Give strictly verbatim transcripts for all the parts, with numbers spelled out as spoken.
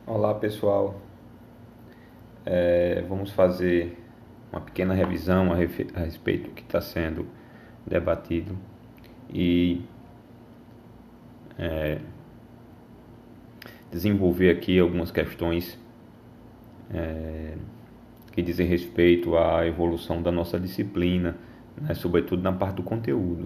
Olá pessoal, é, vamos fazer uma pequena revisão a, refe- a respeito do que está sendo debatido e desenvolver aqui algumas questões que dizem respeito à evolução da nossa disciplina, né, sobretudo na parte do conteúdo.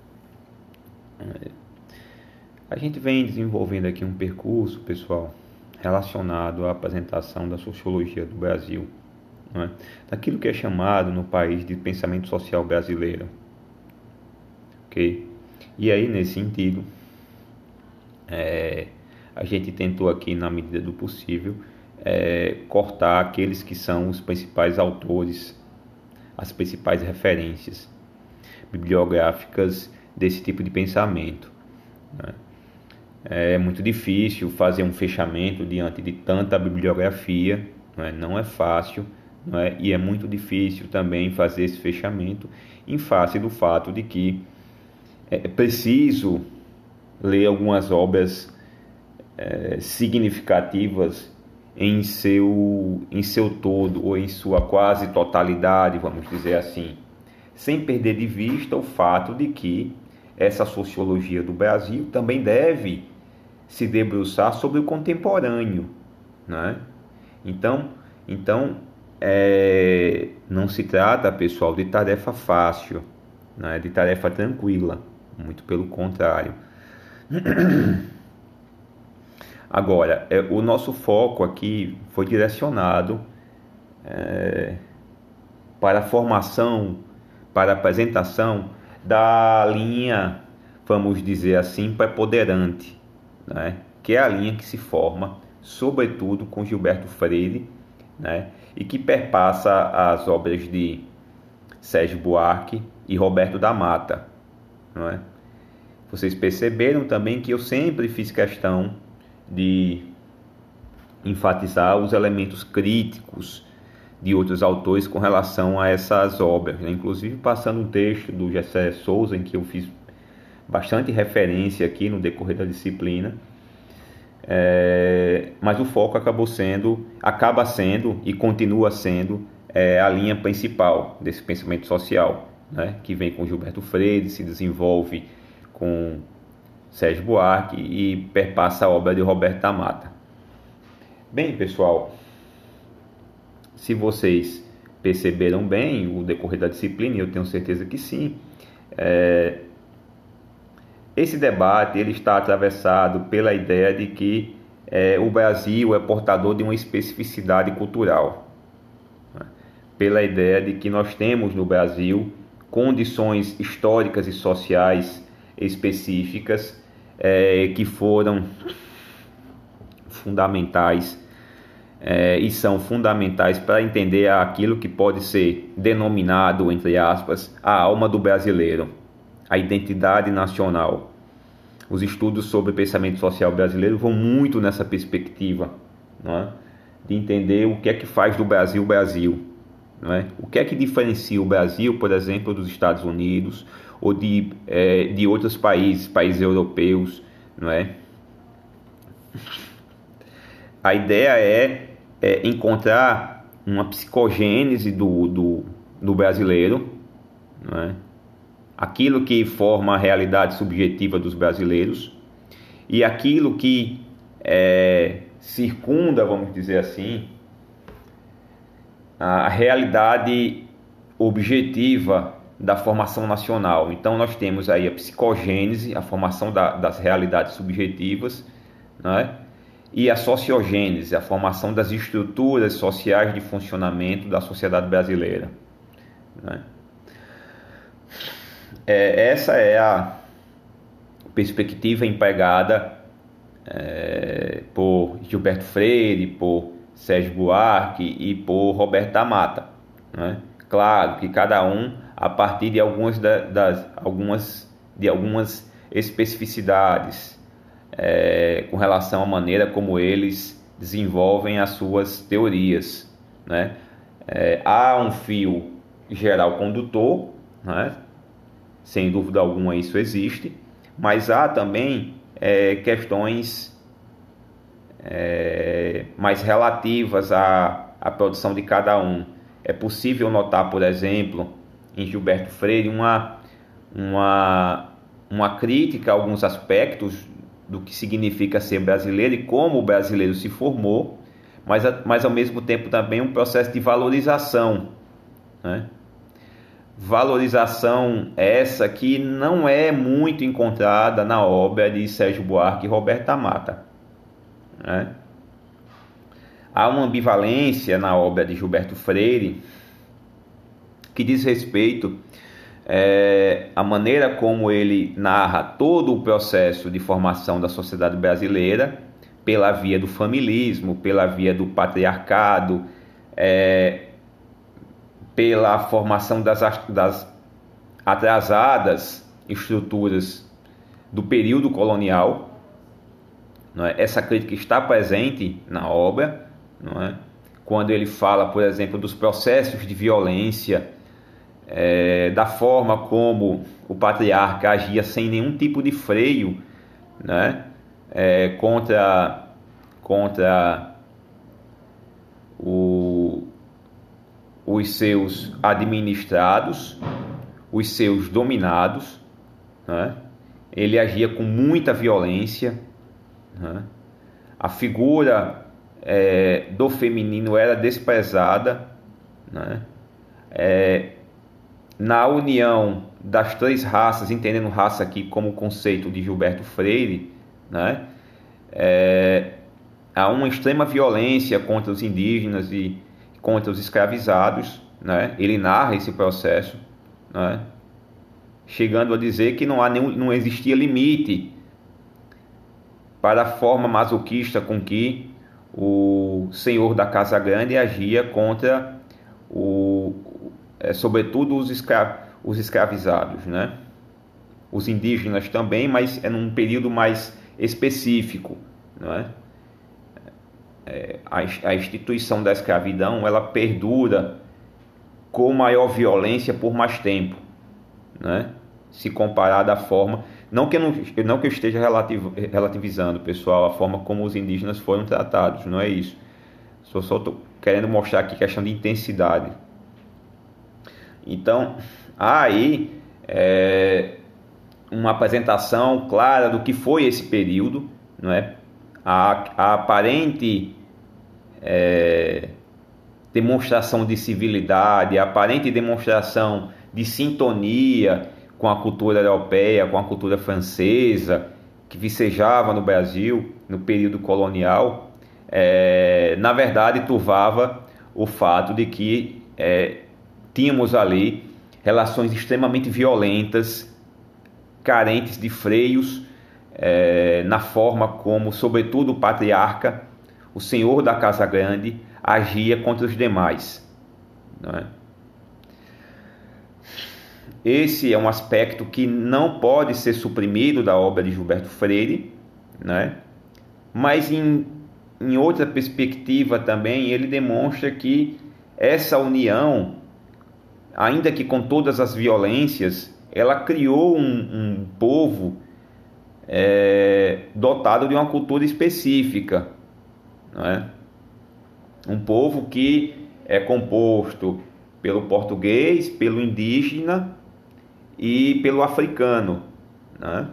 A gente vem desenvolvendo aqui um percurso, pessoal, relacionado à apresentação da sociologia do Brasil, não é? Daquilo que é chamado no país de pensamento social brasileiro, ok? E aí, nesse sentido, é, a gente tentou aqui, na medida do possível, é, cortar aqueles que são os principais autores, as principais referências bibliográficas desse tipo de pensamento, né? É muito difícil fazer um fechamento diante de tanta bibliografia, não é, não é fácil, não é? E é muito difícil também fazer esse fechamento em face do fato de que é preciso ler algumas obras é, significativas em seu, em seu todo ou em sua quase totalidade, vamos dizer assim, sem perder de vista o fato de que essa sociologia do Brasil também deve se debruçar sobre o contemporâneo, né? Então, então é, não se trata, pessoal, de tarefa fácil, né? De tarefa tranquila, muito pelo contrário. Agora, é, o nosso foco aqui foi direcionado é, para a formação, para a apresentação da linha, vamos dizer assim, preponderante, né? Que é a linha que se forma, sobretudo, com Gilberto Freire, né? E que perpassa as obras de Sérgio Buarque e Roberto da Mata, não é? Vocês perceberam também que eu sempre fiz questão de enfatizar os elementos críticos de outros autores com relação a essas obras, né? Inclusive passando um texto do Gessé Souza, em que eu fiz bastante referência aqui no decorrer da disciplina, é, mas o foco acabou sendo, acaba sendo e continua sendo é, a linha principal desse pensamento social, né? Que vem com Gilberto Freire, se desenvolve com Sérgio Buarque e perpassa a obra de Roberto da Mata. Bem, pessoal, se vocês perceberam bem o decorrer da disciplina, e eu tenho certeza que sim, é, esse debate ele está atravessado pela ideia de que é, o Brasil é portador de uma especificidade cultural, né? Pela ideia de que nós temos no Brasil condições históricas e sociais específicas é, que foram fundamentais é, e são fundamentais para entender aquilo que pode ser denominado, entre aspas, a alma do brasileiro, a identidade nacional. Os estudos sobre pensamento social brasileiro vão muito nessa perspectiva, não é? De entender o que é que faz do Brasil o Brasil, não é? O que é que diferencia o Brasil, por exemplo, dos Estados Unidos ou de, é, de outros países, países europeus, não é? A ideia é, é encontrar uma psicogênese do, do, do brasileiro, não é? Aquilo que forma a realidade subjetiva dos brasileiros e aquilo que é, circunda, vamos dizer assim, a realidade objetiva da formação nacional. Então nós temos aí a psicogênese, a formação da, das realidades subjetivas, né? E a sociogênese, a formação das estruturas sociais de funcionamento da sociedade brasileira, né? É, essa é a perspectiva empregada é, por Gilberto Freire, por Sérgio Buarque e por Roberto da Mata, né? Claro que cada um a partir de algumas, das, algumas, de algumas especificidades é, com relação à maneira como eles desenvolvem as suas teorias, né? É, há um fio geral condutor, né? Sem dúvida alguma isso existe, mas há também é, questões é, é, mais relativas à, à produção de cada um. É possível notar, por exemplo, em Gilberto Freire, uma, uma, uma crítica a alguns aspectos do que significa ser brasileiro e como o brasileiro se formou, mas, mas ao mesmo tempo também um processo de valorização, né? Valorização essa que não é muito encontrada na obra de Sérgio Buarque e Roberta Mata, né? Há uma ambivalência na obra de Gilberto Freire que diz respeito é, à maneira como ele narra todo o processo de formação da sociedade brasileira pela via do familismo, pela via do patriarcado, é, pela formação das, das atrasadas estruturas do período colonial. Não é? Essa crítica está presente na obra, não é? Quando ele fala, por exemplo, dos processos de violência, é, da forma como o patriarca agia sem nenhum tipo de freio, né? é, contra, contra o, os seus administrados, os seus dominados, né? Ele agia com muita violência, né? A figura é, do feminino era desprezada, né? É, na união das três raças, entendendo raça aqui como conceito de Gilberto Freire, né? É, há uma extrema violência contra os indígenas e contra os escravizados, né? Ele narra esse processo, né? Chegando a dizer que não, há nenhum, não existia limite para a forma masoquista com que o senhor da Casa Grande agia contra, o, é, sobretudo, os, escra, os escravizados, né? Os indígenas também, mas é num período mais específico, não é? É, a, a instituição da escravidão, ela perdura com maior violência por mais tempo, né? Se comparada à forma, não que eu, não, não que eu esteja relativo, relativizando, pessoal, a forma como os indígenas foram tratados, não é isso. Só só estou querendo mostrar aqui questão de intensidade. Então, há aí é, uma apresentação clara do que foi esse período, não é? A, a aparente é, demonstração de civilidade, a aparente demonstração de sintonia com a cultura europeia, com a cultura francesa, que vicejava no Brasil no período colonial, é, na verdade turvava o fato de que é, tínhamos ali relações extremamente violentas, carentes de freios, é, na forma como, sobretudo, o patriarca, o senhor da Casa Grande, agia contra os demais, não é? Esse é um aspecto que não pode ser suprimido da obra de Gilberto Freire, né? Mas em, em outra perspectiva também ele demonstra que essa união, ainda que com todas as violências, ela criou um, um povo é, dotado de uma cultura específica, não é? Um povo que é composto pelo português, pelo indígena e pelo africano, né?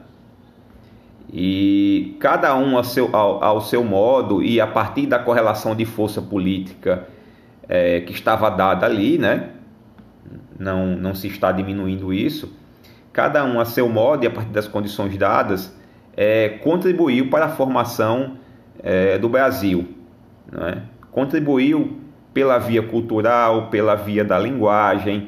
E cada um ao seu, ao, ao seu modo e a partir da correlação de força política é, que estava dada ali, né? Não, não se está diminuindo isso. Cada um a seu modo e a partir das condições dadas é, contribuiu para a formação é, do Brasil, né? Contribuiu pela via cultural, pela via da linguagem,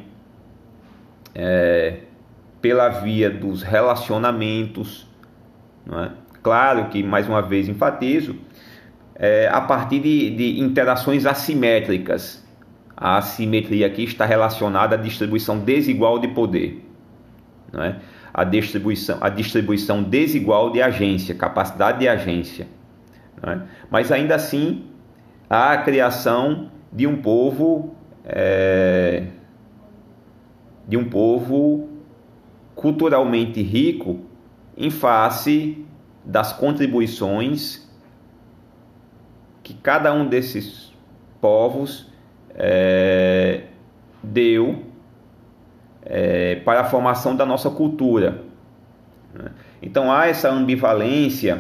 é, pela via dos relacionamentos, não é? Claro que, mais uma vez enfatizo, é, a partir de, de interações assimétricas. A assimetria aqui está relacionada à distribuição desigual de poder, não é? A distribuição, a distribuição desigual de agência, capacidade de agência, não é? Mas ainda assim, há a criação de um povo, é, de um povo culturalmente rico em face das contribuições que cada um desses povos é, deu é, para a formação da nossa cultura. Então há essa ambivalência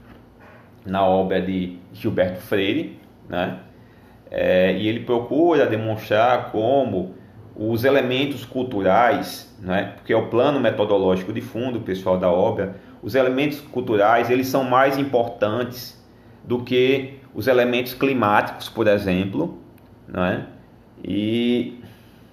na obra de Gilberto Freire, né? É, e ele procura demonstrar como os elementos culturais, né? Porque é o plano metodológico de fundo, pessoal, da obra, os elementos culturais eles são mais importantes do que os elementos climáticos, por exemplo, né? E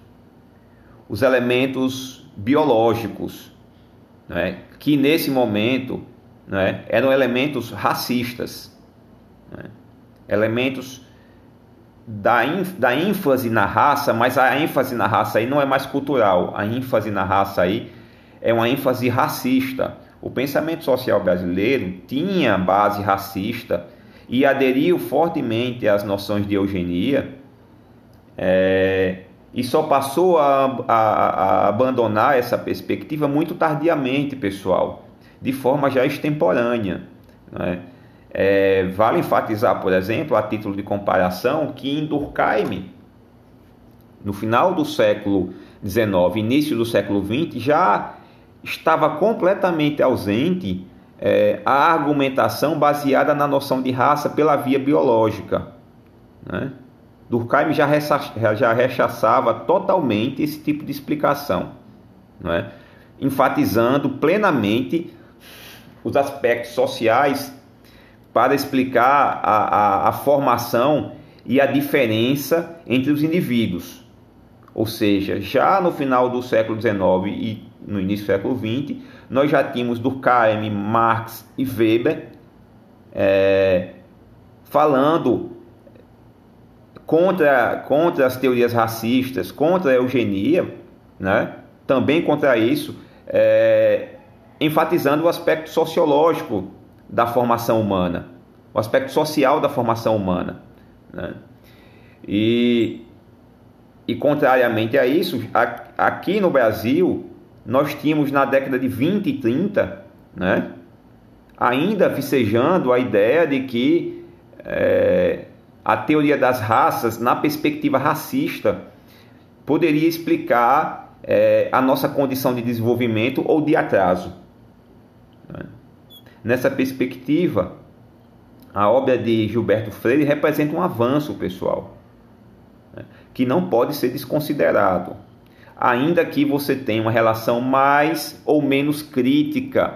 os elementos biológicos, né? Que nesse momento, né, eram elementos racistas, né? Elementos da, da ênfase na raça, mas a ênfase na raça aí não é mais cultural, a ênfase na raça aí é uma ênfase racista. O pensamento social brasileiro tinha base racista e aderiu fortemente às noções de eugenia, é, e só passou a, a, a abandonar essa perspectiva muito tardiamente, pessoal, de forma já extemporânea, né? É, vale enfatizar, por exemplo, a título de comparação, que em Durkheim, no final do século dezenove, início do século vinte, já estava completamente ausente é, a argumentação baseada na noção de raça pela via biológica, né? Durkheim já, já rechaçava totalmente esse tipo de explicação, né? Enfatizando plenamente os aspectos sociais para explicar a, a, a formação e a diferença entre os indivíduos. Ou seja, já no final do século dezenove e no início do século vinte, nós já tínhamos Durkheim, Marx e Weber é, falando contra, contra as teorias racistas, contra a eugenia, né? Também contra isso, é, enfatizando o aspecto sociológico da formação humana, o aspecto social da formação humana, né? E, e contrariamente a isso, aqui no Brasil, nós tínhamos na década de vinte e trinta, né, ainda vicejando a ideia de que é, a teoria das raças, na perspectiva racista, poderia explicar é, a nossa condição de desenvolvimento ou de atraso, né? Nessa perspectiva, a obra de Gilberto Freire representa um avanço, pessoal, né, que não pode ser desconsiderado, ainda que você tenha uma relação mais ou menos crítica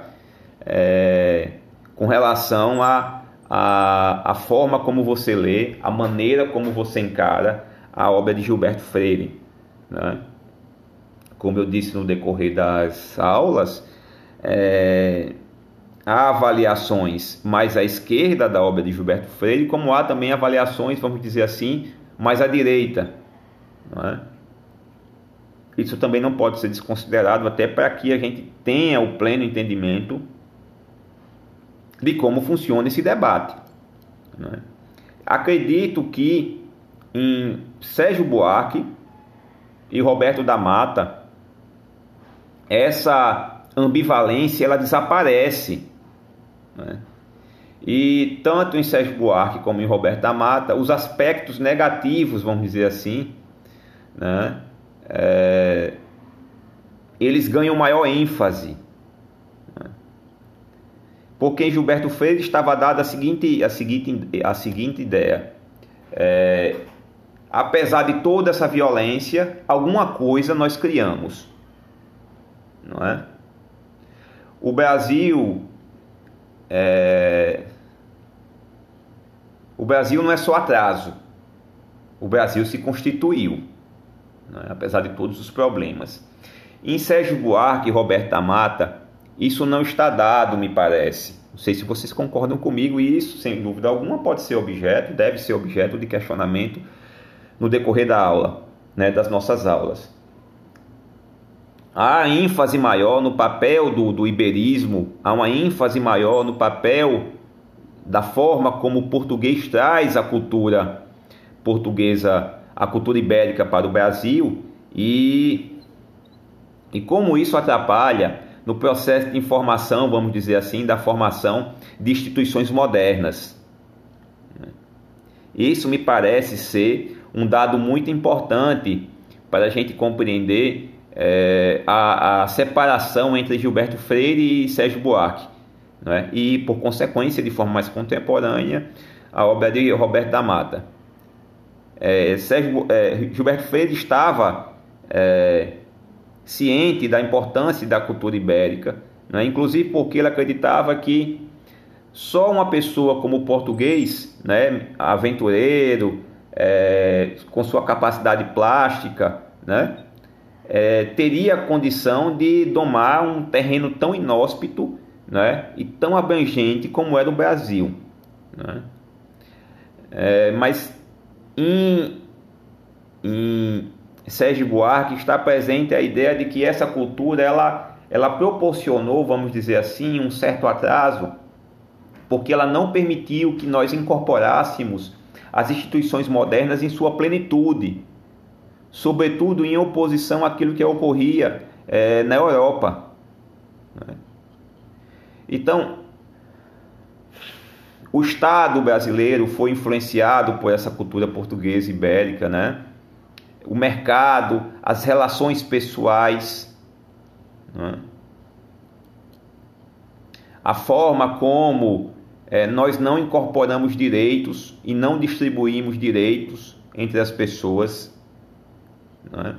é, com relação a, a, a forma como você lê, a maneira como você encara a obra de Gilberto Freire, né? Como eu disse no decorrer das aulas, é, há avaliações mais à esquerda da obra de Gilberto Freire, como há também avaliações, vamos dizer assim, mais à direita, não é? Isso também não pode ser desconsiderado, até para que a gente tenha o pleno entendimento de como funciona esse debate, não é? Acredito que em Sérgio Buarque e Roberto da Mata, essa ambivalência ela desaparece, né? E tanto em Sérgio Buarque como em Roberto da Mata, os aspectos negativos, vamos dizer assim, né, é, eles ganham maior ênfase, né? Porque em Gilberto Freire estava dada a seguinte, a seguinte, a seguinte ideia: é, apesar de toda essa violência, alguma coisa nós criamos, não é? O Brasil é... o Brasil não é só atraso, o Brasil se constituiu, não é? Apesar de todos os problemas. Em Sérgio Buarque e Roberto da Mata, isso não está dado, me parece. Não sei se vocês concordam comigo, e isso, sem dúvida alguma, pode ser objeto, deve ser objeto de questionamento no decorrer da aula, né, das nossas aulas. Há ênfase maior no papel do, do iberismo, há uma ênfase maior no papel da forma como o português traz a cultura portuguesa, a cultura ibérica para o Brasil, e, e como isso atrapalha no processo de informação, vamos dizer assim, da formação de instituições modernas. Isso me parece ser um dado muito importante para a gente compreender é, a, a separação entre Gilberto Freire e Sérgio Buarque, né? E, por consequência, de forma mais contemporânea, a obra de Roberto da Mata. É, Sérgio, é, Gilberto Freire estava é, ciente da importância da cultura ibérica, né? Inclusive porque ele acreditava que só uma pessoa como o português, né, aventureiro, é, com sua capacidade plástica, né, é, teria condição de domar um terreno tão inóspito, né, e tão abrangente como era o Brasil, né? É, mas em, em Sérgio Buarque está presente a ideia de que essa cultura ela, ela proporcionou, vamos dizer assim, um certo atraso, porque ela não permitiu que nós incorporássemos as instituições modernas em sua plenitude, sobretudo em oposição àquilo que ocorria é, na Europa, né? Então, o Estado brasileiro foi influenciado por essa cultura portuguesa ibérica, né? O mercado, as relações pessoais, né? A forma como é, nós não incorporamos direitos e não distribuímos direitos entre as pessoas, né?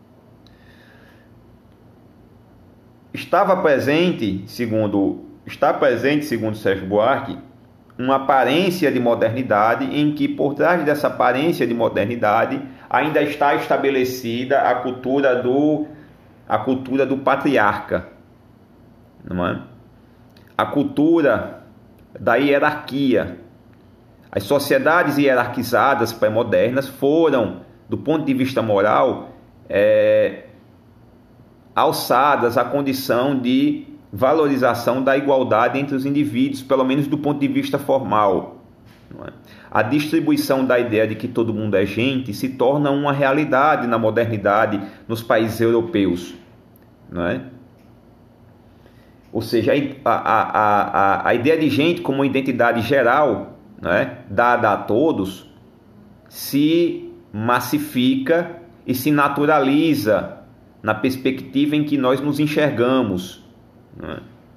Estava presente, segundo está presente, segundo Sérgio Buarque, uma aparência de modernidade em que por trás dessa aparência de modernidade ainda está estabelecida a cultura do a cultura do patriarca, não é? A cultura da hierarquia. As sociedades hierarquizadas pré-modernas foram, do ponto de vista moral, é, alçadas à condição de valorização da igualdade entre os indivíduos, pelo menos do ponto de vista formal, não é? A distribuição da ideia de que todo mundo é gente se torna uma realidade na modernidade nos países europeus, não é? Ou seja, a, a, a, a ideia de gente como uma identidade geral, né, dada a todos, se massifica e se naturaliza na perspectiva em que nós nos enxergamos, né?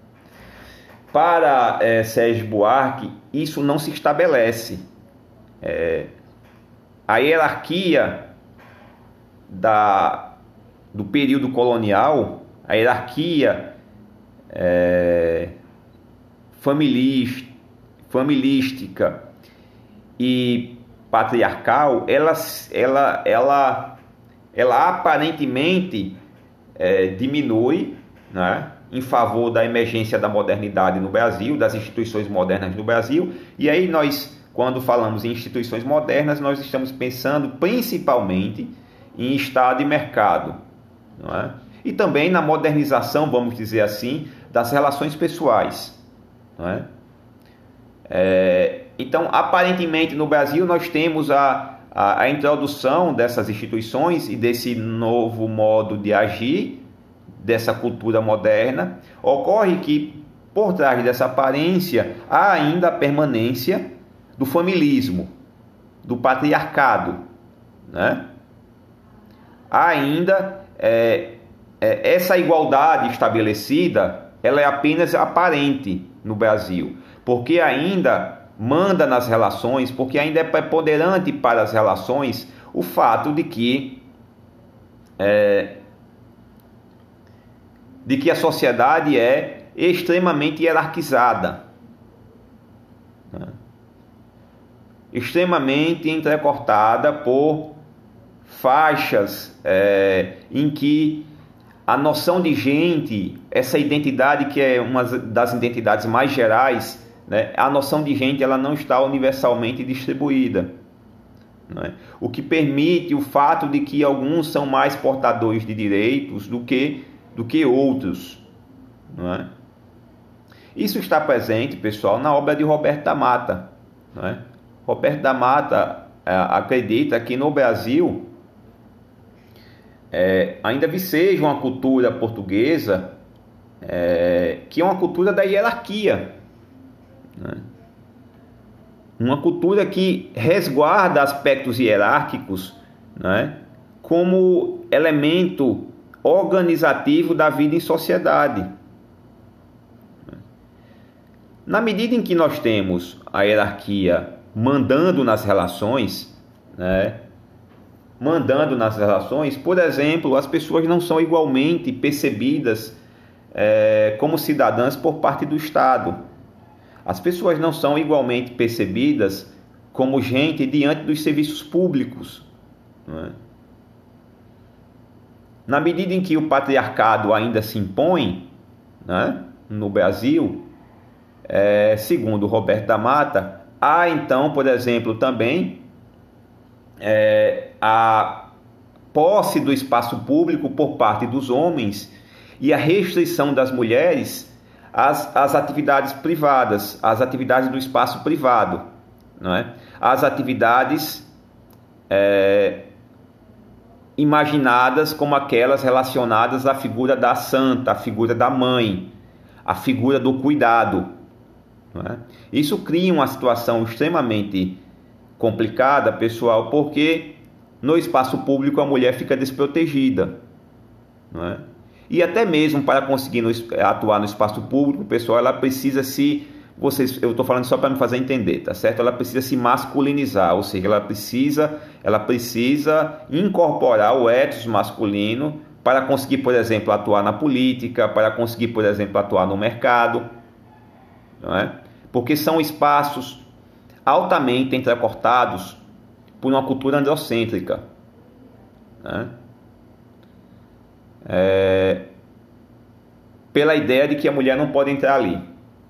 Para é, Sérgio Buarque, isso não se estabelece. É, a hierarquia da, do período colonial, a hierarquia É, familist, familistica e patriarcal, ela, ela, ela, ela aparentemente é, diminui, né, em favor da emergência da modernidade no Brasil, das instituições modernas no Brasil. E aí nós, quando falamos em instituições modernas, nós estamos pensando principalmente em Estado e mercado, não é? E também na modernização, vamos dizer assim, das relações pessoais, não é? É, então, aparentemente, no Brasil, nós temos a, a, a introdução dessas instituições e desse novo modo de agir, dessa cultura moderna. Ocorre que, por trás dessa aparência, há ainda a permanência do familismo, do patriarcado, né? Há ainda... É, essa igualdade estabelecida, ela é apenas aparente no Brasil, porque ainda manda nas relações, porque ainda é preponderante para as relações o fato de que é, de que a sociedade é extremamente hierarquizada, né? Extremamente entrecortada por faixas é, em que a noção de gente, essa identidade que é uma das identidades mais gerais, né, a noção de gente ela não está universalmente distribuída, né? O que permite o fato de que alguns são mais portadores de direitos do que, do que outros, não é? Isso está presente, pessoal, na obra de Roberto da Mata, não é? Roberto da Mata é, acredita que no Brasil É, ainda viceja uma cultura portuguesa é, que é uma cultura da hierarquia, né? Uma cultura que resguarda aspectos hierárquicos, né, como elemento organizativo da vida em sociedade. Na medida em que nós temos a hierarquia mandando nas relações, né, mandando nas relações, por exemplo, as pessoas não são igualmente percebidas é, como cidadãs por parte do Estado. As pessoas não são igualmente percebidas como gente diante dos serviços públicos, né? Na medida em que o patriarcado ainda se impõe, né, no Brasil, é, segundo Roberto da Mata, há então, por exemplo, também é, a posse do espaço público por parte dos homens e a restrição das mulheres às, às atividades privadas, às atividades do espaço privado, não é? Às atividades é, imaginadas como aquelas relacionadas à figura da santa, à figura da mãe, à figura do cuidado, não é? Isso cria uma situação extremamente complicada, pessoal, porque no espaço público a mulher fica desprotegida, não é? E até mesmo para conseguir no, atuar no espaço público, pessoal, ela precisa se, vocês, eu estou falando só para me fazer entender, tá certo? Ela precisa se masculinizar, ou seja, ela precisa, ela precisa incorporar o ethos masculino para conseguir, por exemplo, atuar na política, para conseguir, por exemplo, atuar no mercado, não é? Porque são espaços altamente entrecortados por uma cultura androcêntrica, né? É, pela ideia de que a mulher não pode entrar ali.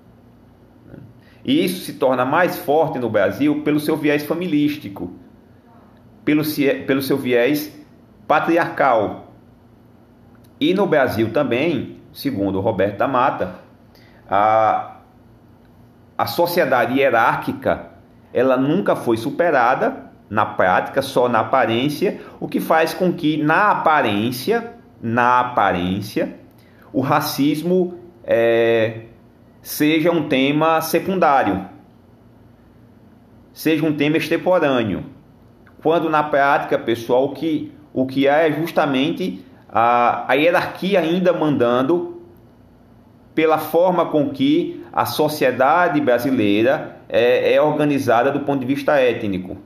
E isso se torna mais forte no Brasil pelo seu viés familístico, pelo, pelo seu viés patriarcal. E no Brasil também, segundo Roberto da Mata, a, a sociedade hierárquica ela nunca foi superada na prática, só na aparência, o que faz com que na aparência, na aparência, o racismo é, seja um tema secundário, seja um tema extemporâneo, quando na prática, pessoal, o que, o que há é justamente a, a hierarquia ainda mandando pela forma com que a sociedade brasileira é, é organizada do ponto de vista étnico.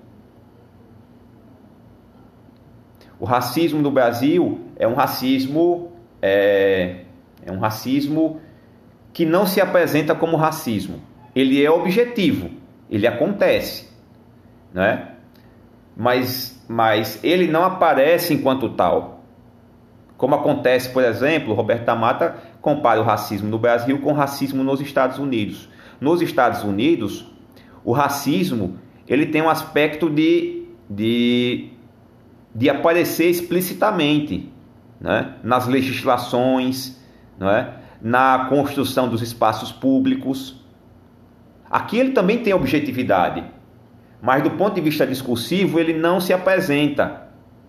O racismo no Brasil é um racismo é, é um racismo que não se apresenta como racismo. Ele é objetivo, ele acontece, né? Mas, mas ele não aparece enquanto tal. Como acontece, por exemplo, Roberto da Mata compara o racismo no Brasil com o racismo nos Estados Unidos. Nos Estados Unidos, o racismo ele tem um aspecto de, de, de aparecer explicitamente, né? Nas legislações, né? Na construção dos espaços públicos. Aqui ele também tem objetividade, mas do ponto de vista discursivo ele não se apresenta.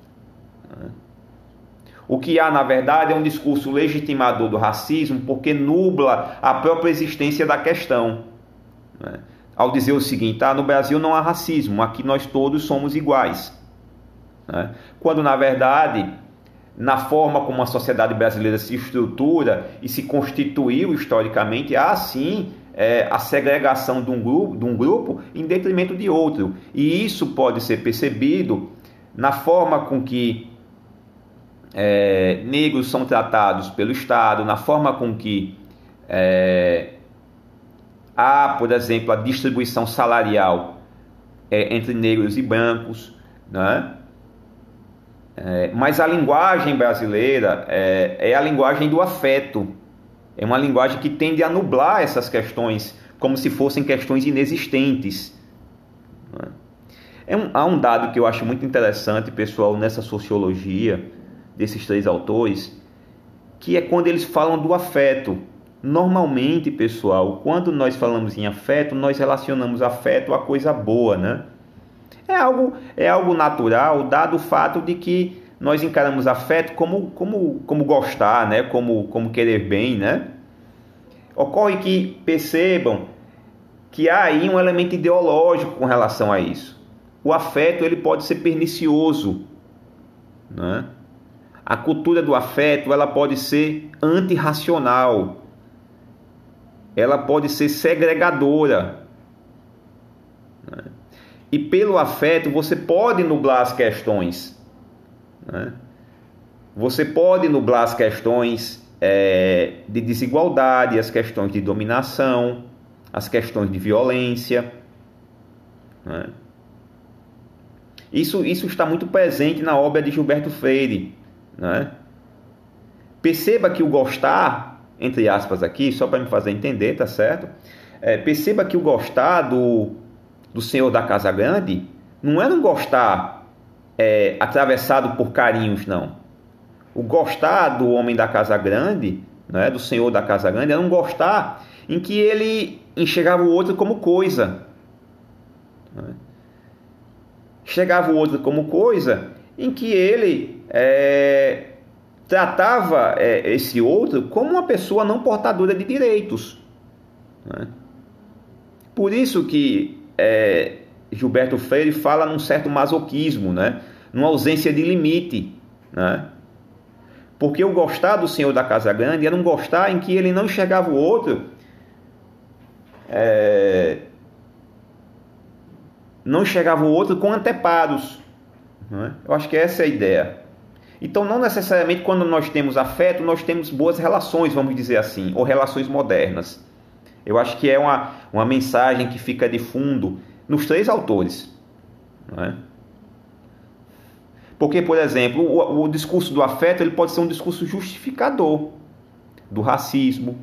O que há, na verdade, é um discurso legitimador do racismo, porque nubla a própria existência da questão, né? Ao dizer o seguinte: ah, no Brasil não há racismo, aqui nós todos somos iguais, né? Quando, na verdade, na forma como a sociedade brasileira se estrutura e se constituiu historicamente, há sim é, a segregação de um, grupo, de um grupo em detrimento de outro. E isso pode ser percebido na forma com que é, negros são tratados pelo Estado, na forma com que é, há, por exemplo, a distribuição salarial é, entre negros e brancos, né? É, mas a linguagem brasileira é, é a linguagem do afeto. É uma linguagem que tende a nublar essas questões como se fossem questões inexistentes. É um, há um dado que eu acho muito interessante, pessoal, nessa sociologia desses três autores, que é quando eles falam do afeto. Normalmente, pessoal, quando nós falamos em afeto, nós relacionamos afeto a coisa boa, né? É algo, é algo natural, dado o fato de que nós encaramos afeto como, como, como gostar, né? como, como querer bem, né? Ocorre que, percebam, que há aí um elemento ideológico com relação a isso. O afeto ele pode ser pernicioso, né? A cultura do afeto ela pode ser antirracional, ela pode ser segregadora, né? E pelo afeto você pode nublar as questões, né? Você pode nublar as questões é, de desigualdade, as questões de dominação, as questões de violência, né? Isso, isso está muito presente na obra de Gilberto Freire, né? Perceba que o gostar, entre aspas aqui, só para me fazer entender, tá certo? É, perceba que o gostar do, do Senhor da Casa Grande não era um gostar é, atravessado por carinhos, não. O gostar do homem da Casa Grande, né, do Senhor da Casa Grande, era um gostar em que ele enxergava o outro como coisa, né? Enxergava o outro como coisa em que ele é, tratava é, esse outro como uma pessoa não portadora de direitos, né? Por isso que é, Gilberto Freire fala num certo masoquismo, né? Numa ausência de limite, né? Porque o gostar do Senhor da Casa Grande era um gostar em que ele não enxergava o outro é, não enxergava o outro com anteparos, né? Eu acho que essa é a ideia. Então não necessariamente quando nós temos afeto nós temos boas relações, vamos dizer assim, ou relações modernas. Eu acho que é uma, uma mensagem que fica de fundo nos três autores, não é? Porque, por exemplo, o, o discurso do afeto ele pode ser um discurso justificador do racismo,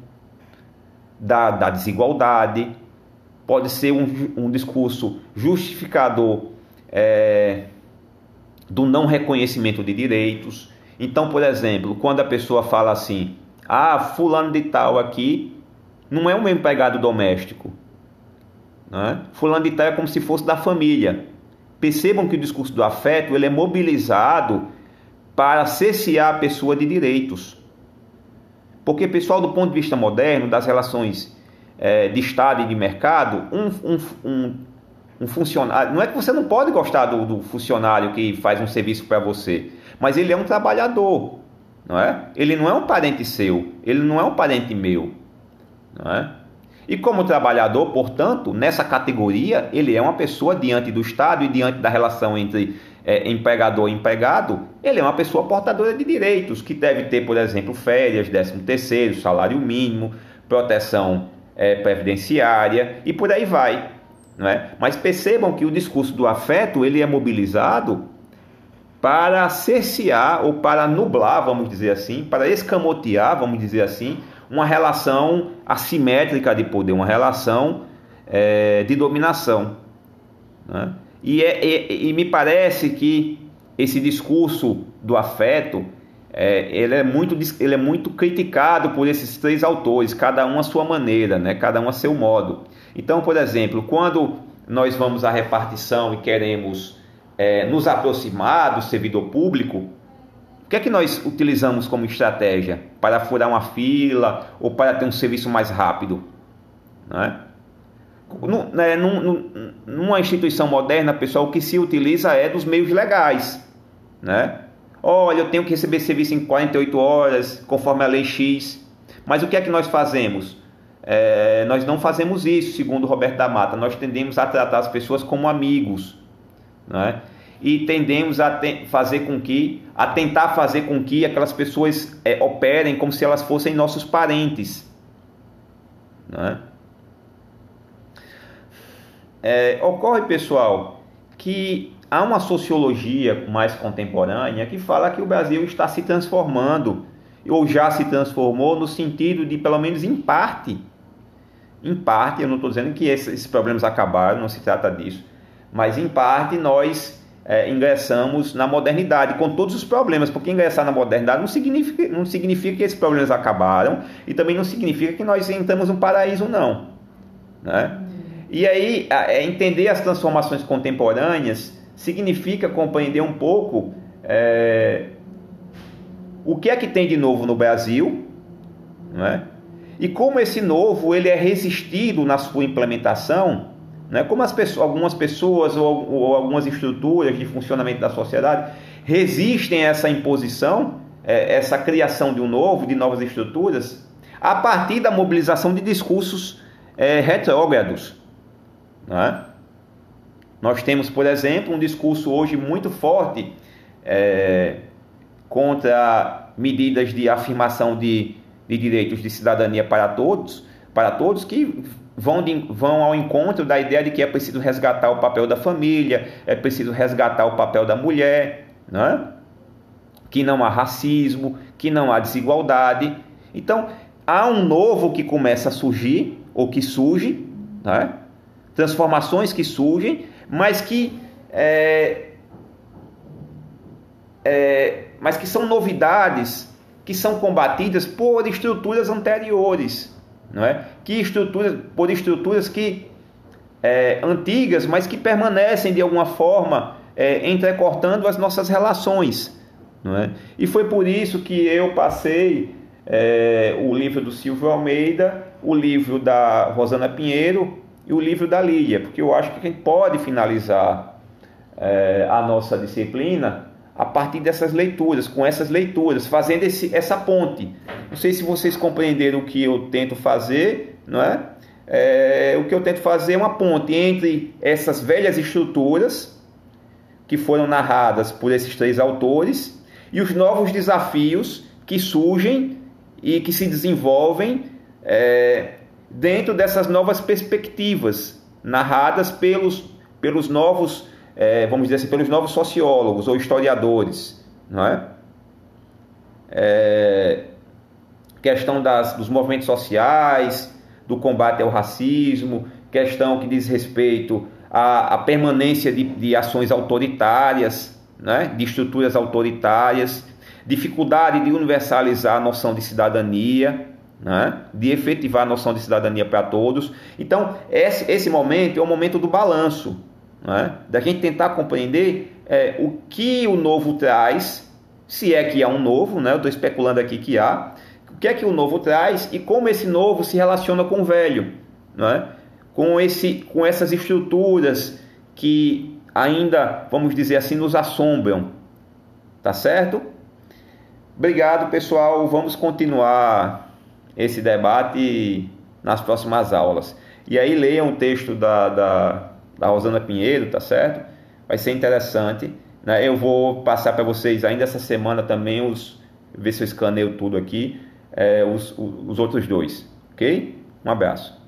da, da desigualdade, pode ser um, um discurso justificador é, do não reconhecimento de direitos. Então, por exemplo, quando a pessoa fala assim, ah, fulano de tal aqui não é um empregado doméstico, né? Fulano de tal é como se fosse da família. Percebam que o discurso do afeto ele é mobilizado para cercear a pessoa de direitos. Porque, pessoal, do ponto de vista moderno, das relações é, de Estado e de mercado, um, um, um, um funcionário... Não é que você não pode gostar do, do funcionário que faz um serviço para você, mas ele é um trabalhador, não é? Ele não é um parente seu, ele não é um parente meu, não é? E como trabalhador, portanto, nessa categoria, ele é uma pessoa diante do Estado e diante da relação entre é, empregador e empregado, ele é uma pessoa portadora de direitos, que deve ter, por exemplo, férias, décimo terceiro, salário mínimo, proteção é, previdenciária e por aí vai, não é? Mas percebam que o discurso do afeto ele é mobilizado para cercear ou para nublar, vamos dizer assim, para escamotear, vamos dizer assim, uma relação assimétrica de poder, uma relação é, de dominação, né? E, é, e, e me parece que esse discurso do afeto é, ele, é muito, ele é muito criticado por esses três autores, cada um à sua maneira, né? Cada um a seu modo. Então, por exemplo, quando nós vamos à repartição e queremos é, nos aproximar do servidor público, o que é que nós utilizamos como estratégia para furar uma fila ou para ter um serviço mais rápido, né? Né, num, numa instituição moderna, pessoal, o que se utiliza é dos meios legais, né? Olha, eu tenho que receber serviço em quarenta e oito horas, conforme a lei X. Mas o que é que nós fazemos? É, nós não fazemos isso, segundo Roberto da Mata. Nós tendemos a tratar as pessoas como amigos, né? E tendemos a te- fazer com que, a tentar fazer com que aquelas pessoas é, operem como se elas fossem nossos parentes, né? É, ocorre, pessoal, que há uma sociologia mais contemporânea que fala que o Brasil está se transformando, ou já se transformou, no sentido de, pelo menos em parte, em parte, eu não estou dizendo que esses, esses problemas acabaram, não se trata disso, mas em parte nós é, ingressamos na modernidade, com todos os problemas, porque ingressar na modernidade não significa, não significa que esses problemas acabaram, e também não significa que nós entramos no paraíso, não, né? E aí, entender as transformações contemporâneas significa compreender um pouco é, o que é que tem de novo no Brasil, não é? e como esse novo ele é resistido na sua implementação, né? Como as pessoas, algumas pessoas ou, ou algumas estruturas de funcionamento da sociedade resistem a essa imposição, é, essa criação de um novo, de novas estruturas, a partir da mobilização de discursos é, retrógrados, né? Nós temos, por exemplo, um discurso hoje muito forte é, contra medidas de afirmação de, de direitos de cidadania para todos, para todos que vão, de, vão ao encontro da ideia de que é preciso resgatar o papel da família, é preciso resgatar o papel da mulher, né? Que não há racismo, que não há desigualdade. Então, há um novo que começa a surgir, ou que surge, né? Transformações que surgem, mas que, é, é, mas que são novidades que são combatidas por estruturas anteriores, não é? Que estruturas, por estruturas que, é, antigas, mas que permanecem de alguma forma é, entrecortando as nossas relações, não é? E foi por isso que eu passei é, o livro do Silvio Almeida, o livro da Rosana Pinheiro e o livro da Lídia, porque eu acho que a gente pode finalizar é, a nossa disciplina a partir dessas leituras, com essas leituras, fazendo esse, essa ponte. Não sei se vocês compreenderam o que eu tento fazer, não é? É, o que eu tento fazer é uma ponte entre essas velhas estruturas que foram narradas por esses três autores e os novos desafios que surgem e que se desenvolvem é, dentro dessas novas perspectivas narradas pelos, pelos novos, é, vamos dizer assim, pelos novos sociólogos ou historiadores, não é? É, questão das, dos movimentos sociais, do combate ao racismo, questão que diz respeito à, à permanência de, de ações autoritárias, né? De estruturas autoritárias, dificuldade de universalizar a noção de cidadania, né? De efetivar a noção de cidadania para todos. Então, esse, esse momento é o momento do balanço, né? Da gente tentar compreender é, o que o novo traz, se é que há um novo, né? Eu estou especulando aqui que há, o que é que o novo traz e como esse novo se relaciona com o velho, né? Com, esse, com essas estruturas que ainda, vamos dizer assim, nos assombram, tá certo? Obrigado, pessoal, vamos continuar esse debate nas próximas aulas. E aí leiam o texto da, da, da Rosana Pinheiro, tá certo? Vai ser interessante, né? Eu vou passar para vocês ainda essa semana também, os, ver se eu escaneio tudo aqui, é, os, os outros dois, ok? Um abraço.